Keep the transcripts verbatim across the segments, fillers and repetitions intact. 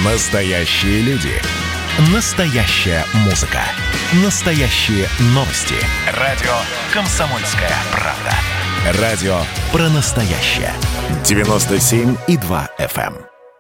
Настоящие люди. Настоящая музыка. Настоящие новости. Радио «Комсомольская правда». Радио про настоящее. девяносто семь и два эф эм.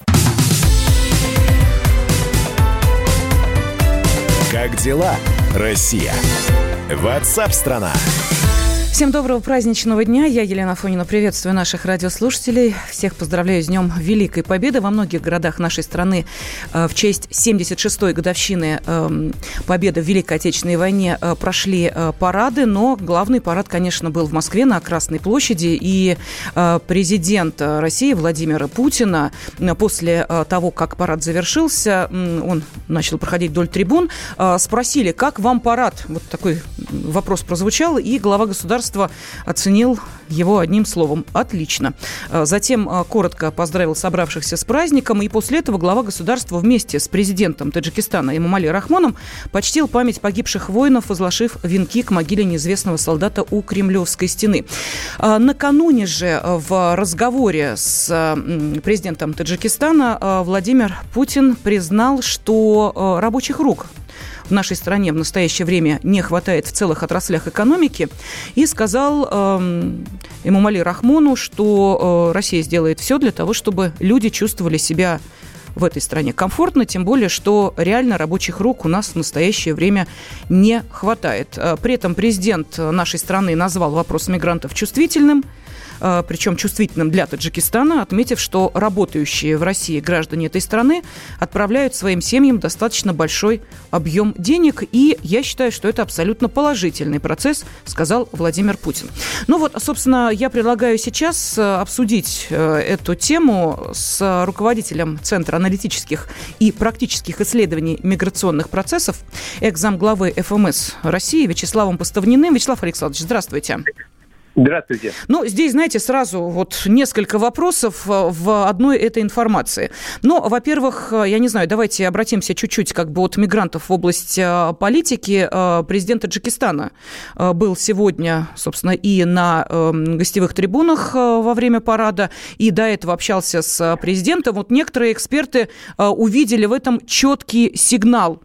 Как дела, Россия? Ватсап-страна! Всем доброго праздничного дня. Я, Елена Афонина, приветствую наших радиослушателей. Всех поздравляю с Днем Великой Победы. Во многих городах нашей страны э, в честь семьдесят шестой годовщины э, победы в Великой Отечественной войне э, прошли э, парады, но главный парад, конечно, был в Москве на Красной площади. И э, президент России Владимира Путина э, после э, того, как парад завершился, э, он начал проходить вдоль трибун, э, спросили, как вам парад? Вот такой вопрос прозвучал, и глава государства оценил его одним словом – отлично. Затем коротко поздравил собравшихся с праздником, и после этого глава государства вместе с президентом Таджикистана Эмомали Рахмоном почтил память погибших воинов, возложив венки к могиле неизвестного солдата у Кремлевской стены. Накануне же в разговоре с президентом Таджикистана Владимир Путин признал, что рабочих рук в нашей стране в настоящее время не хватает в целых отраслях экономики, и сказал э, Эмомали Рахмону, что э, Россия сделает все для того, чтобы люди чувствовали себя в этой стране комфортно, тем более, что реально рабочих рук у нас в настоящее время не хватает. При этом президент нашей страны назвал вопрос мигрантов чувствительным, причем чувствительным для Таджикистана, отметив, что работающие в России граждане этой страны отправляют своим семьям достаточно большой объем денег, и я считаю, что это абсолютно положительный процесс, сказал Владимир Путин. Ну вот, собственно, я предлагаю сейчас обсудить эту тему с руководителем Центра аналитических и практических исследований миграционных процессов, экс-замглавы эф эм эс России Вячеславом Поставниным. Вячеслав Александрович, здравствуйте. Здравствуйте. Ну, здесь, знаете, сразу вот несколько вопросов в одной этой информации. Ну, во-первых, я не знаю, давайте обратимся чуть-чуть как бы от мигрантов в область политики. Президент Таджикистана был сегодня, собственно, и на гостевых трибунах во время парада, и до этого общался с президентом. Вот некоторые эксперты увидели в этом четкий сигнал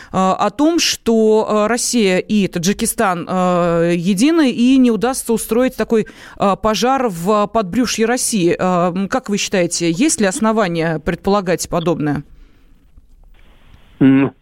о том, что Россия и Таджикистан едины, и не удастся устроить такой пожар в подбрюшье России. Как вы считаете, есть ли основания предполагать подобное? Ну,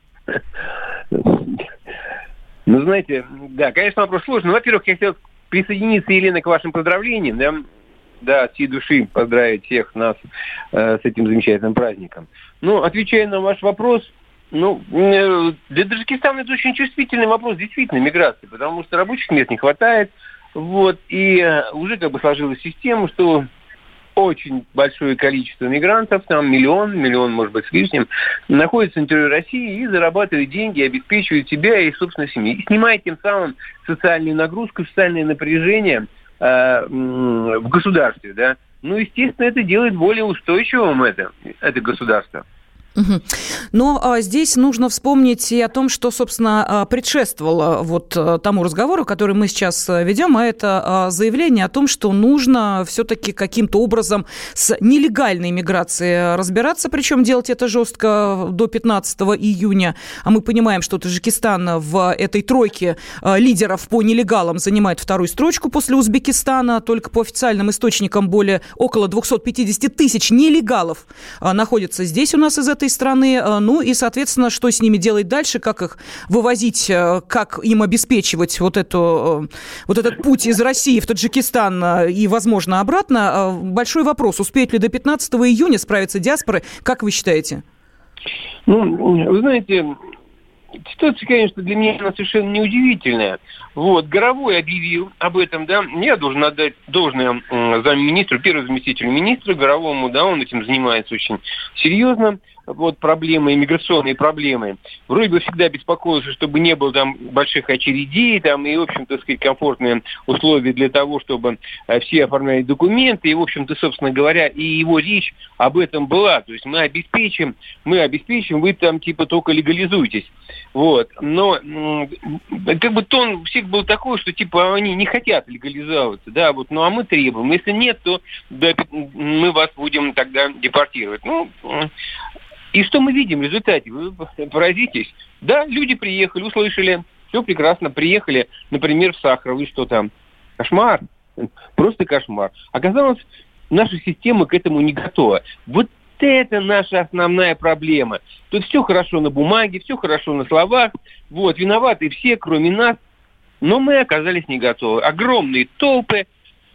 ну знаете, да, конечно, вопрос сложный. Ну, во-первых, я хотел присоединиться, Елена, к вашим поздравлениям, да, да, от всей души поздравить всех нас э, с этим замечательным праздником. Ну, отвечая на ваш вопрос, ну, для Таджикистана это очень чувствительный вопрос, действительно, миграции, потому что рабочих мест не хватает, вот, и уже как бы сложилась система, что очень большое количество мигрантов, там миллион, миллион, может быть, с лишним, находится на территории России и зарабатывает деньги, обеспечивает себя и, собственно, семью. И снимает тем самым социальную нагрузку, социальное напряжение э, в государстве, да. Ну, естественно, это делает более устойчивым это, это государство. Угу. Но а, здесь нужно вспомнить и о том, что, собственно, предшествовало вот тому разговору, который мы сейчас ведем, а это а, заявление о том, что нужно все-таки каким-то образом с нелегальной миграцией разбираться, причем делать это жестко до пятнадцатого июня. А мы понимаем, что Таджикистан в этой тройке а, лидеров по нелегалам занимает вторую строчку после Узбекистана. Только по официальным источникам более около двести пятьдесят тысяч нелегалов а, находятся здесь у нас из этой страны, ну и, соответственно, что с ними делать дальше, как их вывозить, как им обеспечивать вот, эту, вот этот путь из России в Таджикистан и, возможно, обратно. Большой вопрос, успеет ли до пятнадцатого июня справиться диаспоры, как вы считаете? Ну, вы знаете, ситуация, конечно, для меня она совершенно неудивительная. Вот, Горовой объявил об этом, да, я должен отдать должное замминистру, первому заместителю министра Горовому, да, он этим занимается очень серьезно. Вот проблемы, иммиграционные проблемы. Вроде бы всегда беспокоился, чтобы не было там больших очередей, там, и, в общем-то, сказать, комфортные условия для того, чтобы все оформляли документы. И, в общем-то, собственно говоря, и его речь об этом была. То есть мы обеспечим, мы обеспечим, вы там типа только легализуйтесь. Вот. Но как бы тон у всех был такой, что типа они не хотят легализовываться, да, вот, ну а мы требуем. Если нет, то да, мы вас будем тогда депортировать. Ну, И что мы видим в результате? Вы поразитесь. Да, люди приехали, услышали, все прекрасно, приехали, например, в Сахаров, и что там? Кошмар. Просто кошмар. Оказалось, наша система к этому не готова. Вот это наша основная проблема. Тут все хорошо на бумаге, все хорошо на словах. Вот, виноваты все, кроме нас. Но мы оказались не готовы. Огромные толпы,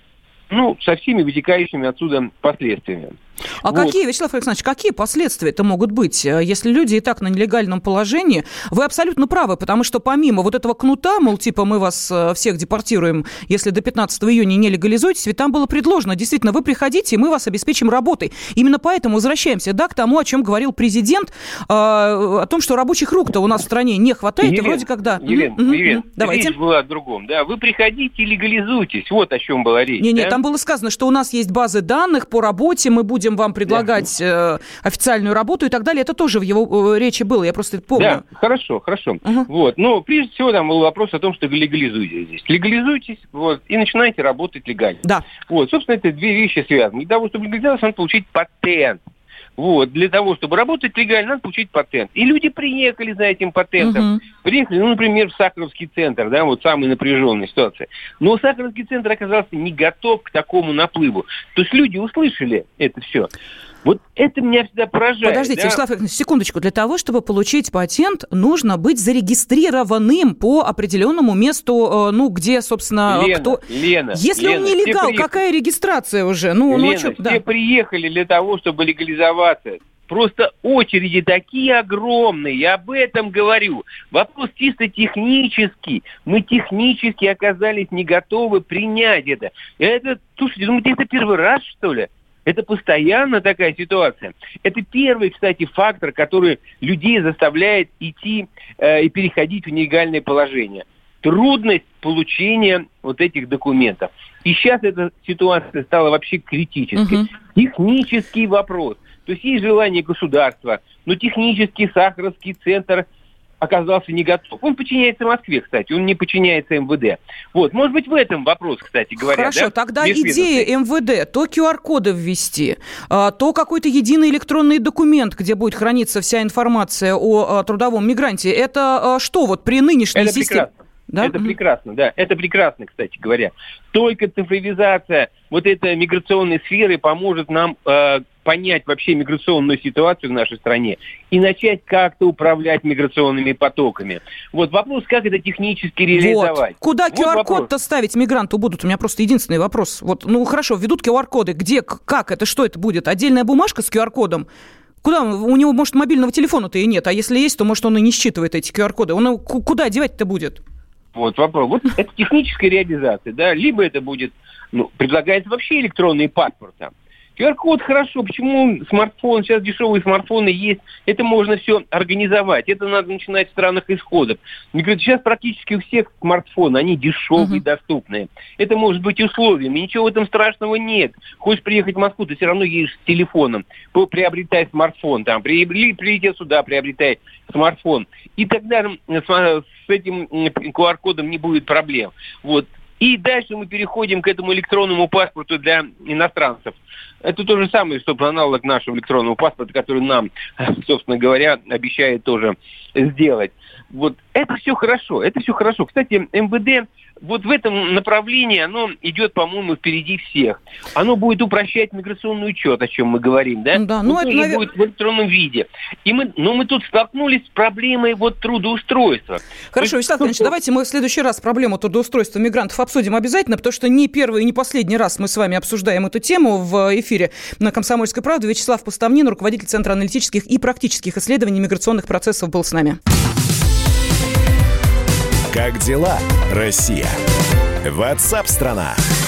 ну, со всеми вытекающими отсюда последствиями. А вот. Какие, Вячеслав Александрович, какие последствия-то могут быть, если люди и так на нелегальном положении? Вы абсолютно правы, потому что помимо вот этого кнута, мол, типа мы вас всех депортируем, если до пятнадцатого июня не легализуетесь, ведь там было предложено, действительно, вы приходите, и мы вас обеспечим работой. Именно поэтому возвращаемся, да, к тому, о чем говорил президент, э, о том, что рабочих рук-то у нас в стране не хватает, Елена, и вроде как, да. Елена, угу, Елена, угу, давайте. Речь была о другом, да, вы приходите и легализуйтесь, вот о чем была речь. Не-не, да? там было сказано, что у нас есть базы данных по работе, мы будем вам предлагать да. э, официальную работу и так далее. Это тоже в его э, речи было, я просто это помню. Да, хорошо, хорошо. Угу. Вот. Но прежде всего там был вопрос о том, что легализуйтесь здесь. Легализуйтесь, вот, и начинайте работать легально. Да. Вот, собственно, это две вещи связаны. Для того, чтобы легализоваться, надо получить патент. Вот, для того, чтобы работать легально, надо получить патент. И люди приехали за этим патентом. Угу. Приехали, ну, например, в Сахаровский центр, да, вот самая напряженная ситуация. Но Сахаровский центр оказался не готов к такому наплыву. То есть люди услышали это все. Вот это меня всегда поражает. Подождите, да? Вячеслав Александрович, секундочку. Для того, чтобы получить патент, нужно быть зарегистрированным по определенному месту, ну, где, собственно, Лена, кто... Лена, Если Лена, он нелегал, какая регистрация уже? Ну, Лена, ну, а что? все Да. приехали для того, чтобы легализоваться. Просто очереди такие огромные, я об этом говорю. Вопрос чисто технический. Мы технически оказались не готовы принять это. Это, слушайте, думаете, это первый раз, что ли? Это постоянно такая ситуация. Это первый, кстати, фактор, который людей заставляет идти э, и переходить в нелегальное положение. Трудность получения вот этих документов. И сейчас эта ситуация стала вообще критической. Угу. Технический вопрос. То есть есть желание государства, но технический Сахаровский центр оказался не готов. Он подчиняется Москве, кстати, он не подчиняется эм вэ дэ. Вот, может быть, в этом вопрос, кстати говоря. Хорошо, да? тогда идея эм вэ дэ, то ку ар-коды ввести, то какой-то единый электронный документ, где будет храниться вся информация о трудовом мигранте, это что вот при нынешней это системе? Прекрасно. Да? Это прекрасно, да, это прекрасно, кстати говоря. Только цифровизация вот этой миграционной сферы поможет нам э, понять вообще миграционную ситуацию в нашей стране и начать как-то управлять миграционными потоками. Вот вопрос, как это технически реализовать. Вот. Куда вот ку ар-код-то ставить мигранту будут? У меня просто единственный вопрос. Вот, ну хорошо, введут ку ар-коды. Где, как это, что это будет? Отдельная бумажка с ку ар-кодом? Куда? У него, может, мобильного телефона-то и нет. А если есть, то, может, он и не считывает эти ку ар-коды. Он куда девать-то будет? Вот вопрос. Вот это техническая реализация, да, либо это будет, ну, предлагается вообще электронный паспорт там. ку ар-код хорошо, почему смартфон, сейчас дешевые смартфоны есть, это можно все организовать, это надо начинать в странах исходов. Мне говорят, сейчас практически у всех смартфоны, они дешевые, uh-huh. доступные. Это может быть условием, и ничего в этом страшного нет. Хочешь приехать в Москву, ты все равно едешь с телефоном, приобретай смартфон, там, прилетел сюда, приобретай смартфон. И тогда с этим ку ар-кодом не будет проблем. Вот. И дальше мы переходим к этому электронному паспорту для иностранцев. Это то же самое, что аналог нашего электронного паспорта, который нам, собственно говоря, обещает тоже сделать. Вот это все хорошо, это все хорошо. Кстати, эм вэ дэ вот в этом направлении, оно идет, по-моему, впереди всех. Оно будет упрощать миграционный учет, о чем мы говорим, да? Да, ну это, навер... будет в электронном виде. И мы, но мы тут столкнулись с проблемой вот трудоустройства. Хорошо, есть, Вячеслав Ильич, ну, давайте мы в следующий раз проблему трудоустройства мигрантов обсудим обязательно, потому что не первый и не последний раз мы с вами обсуждаем эту тему в эфире на «Комсомольской правде». Вячеслав Постовнин, руководитель Центра аналитических и практических исследований миграционных процессов, был с нами. Как дела, Россия? WhatsApp-страна.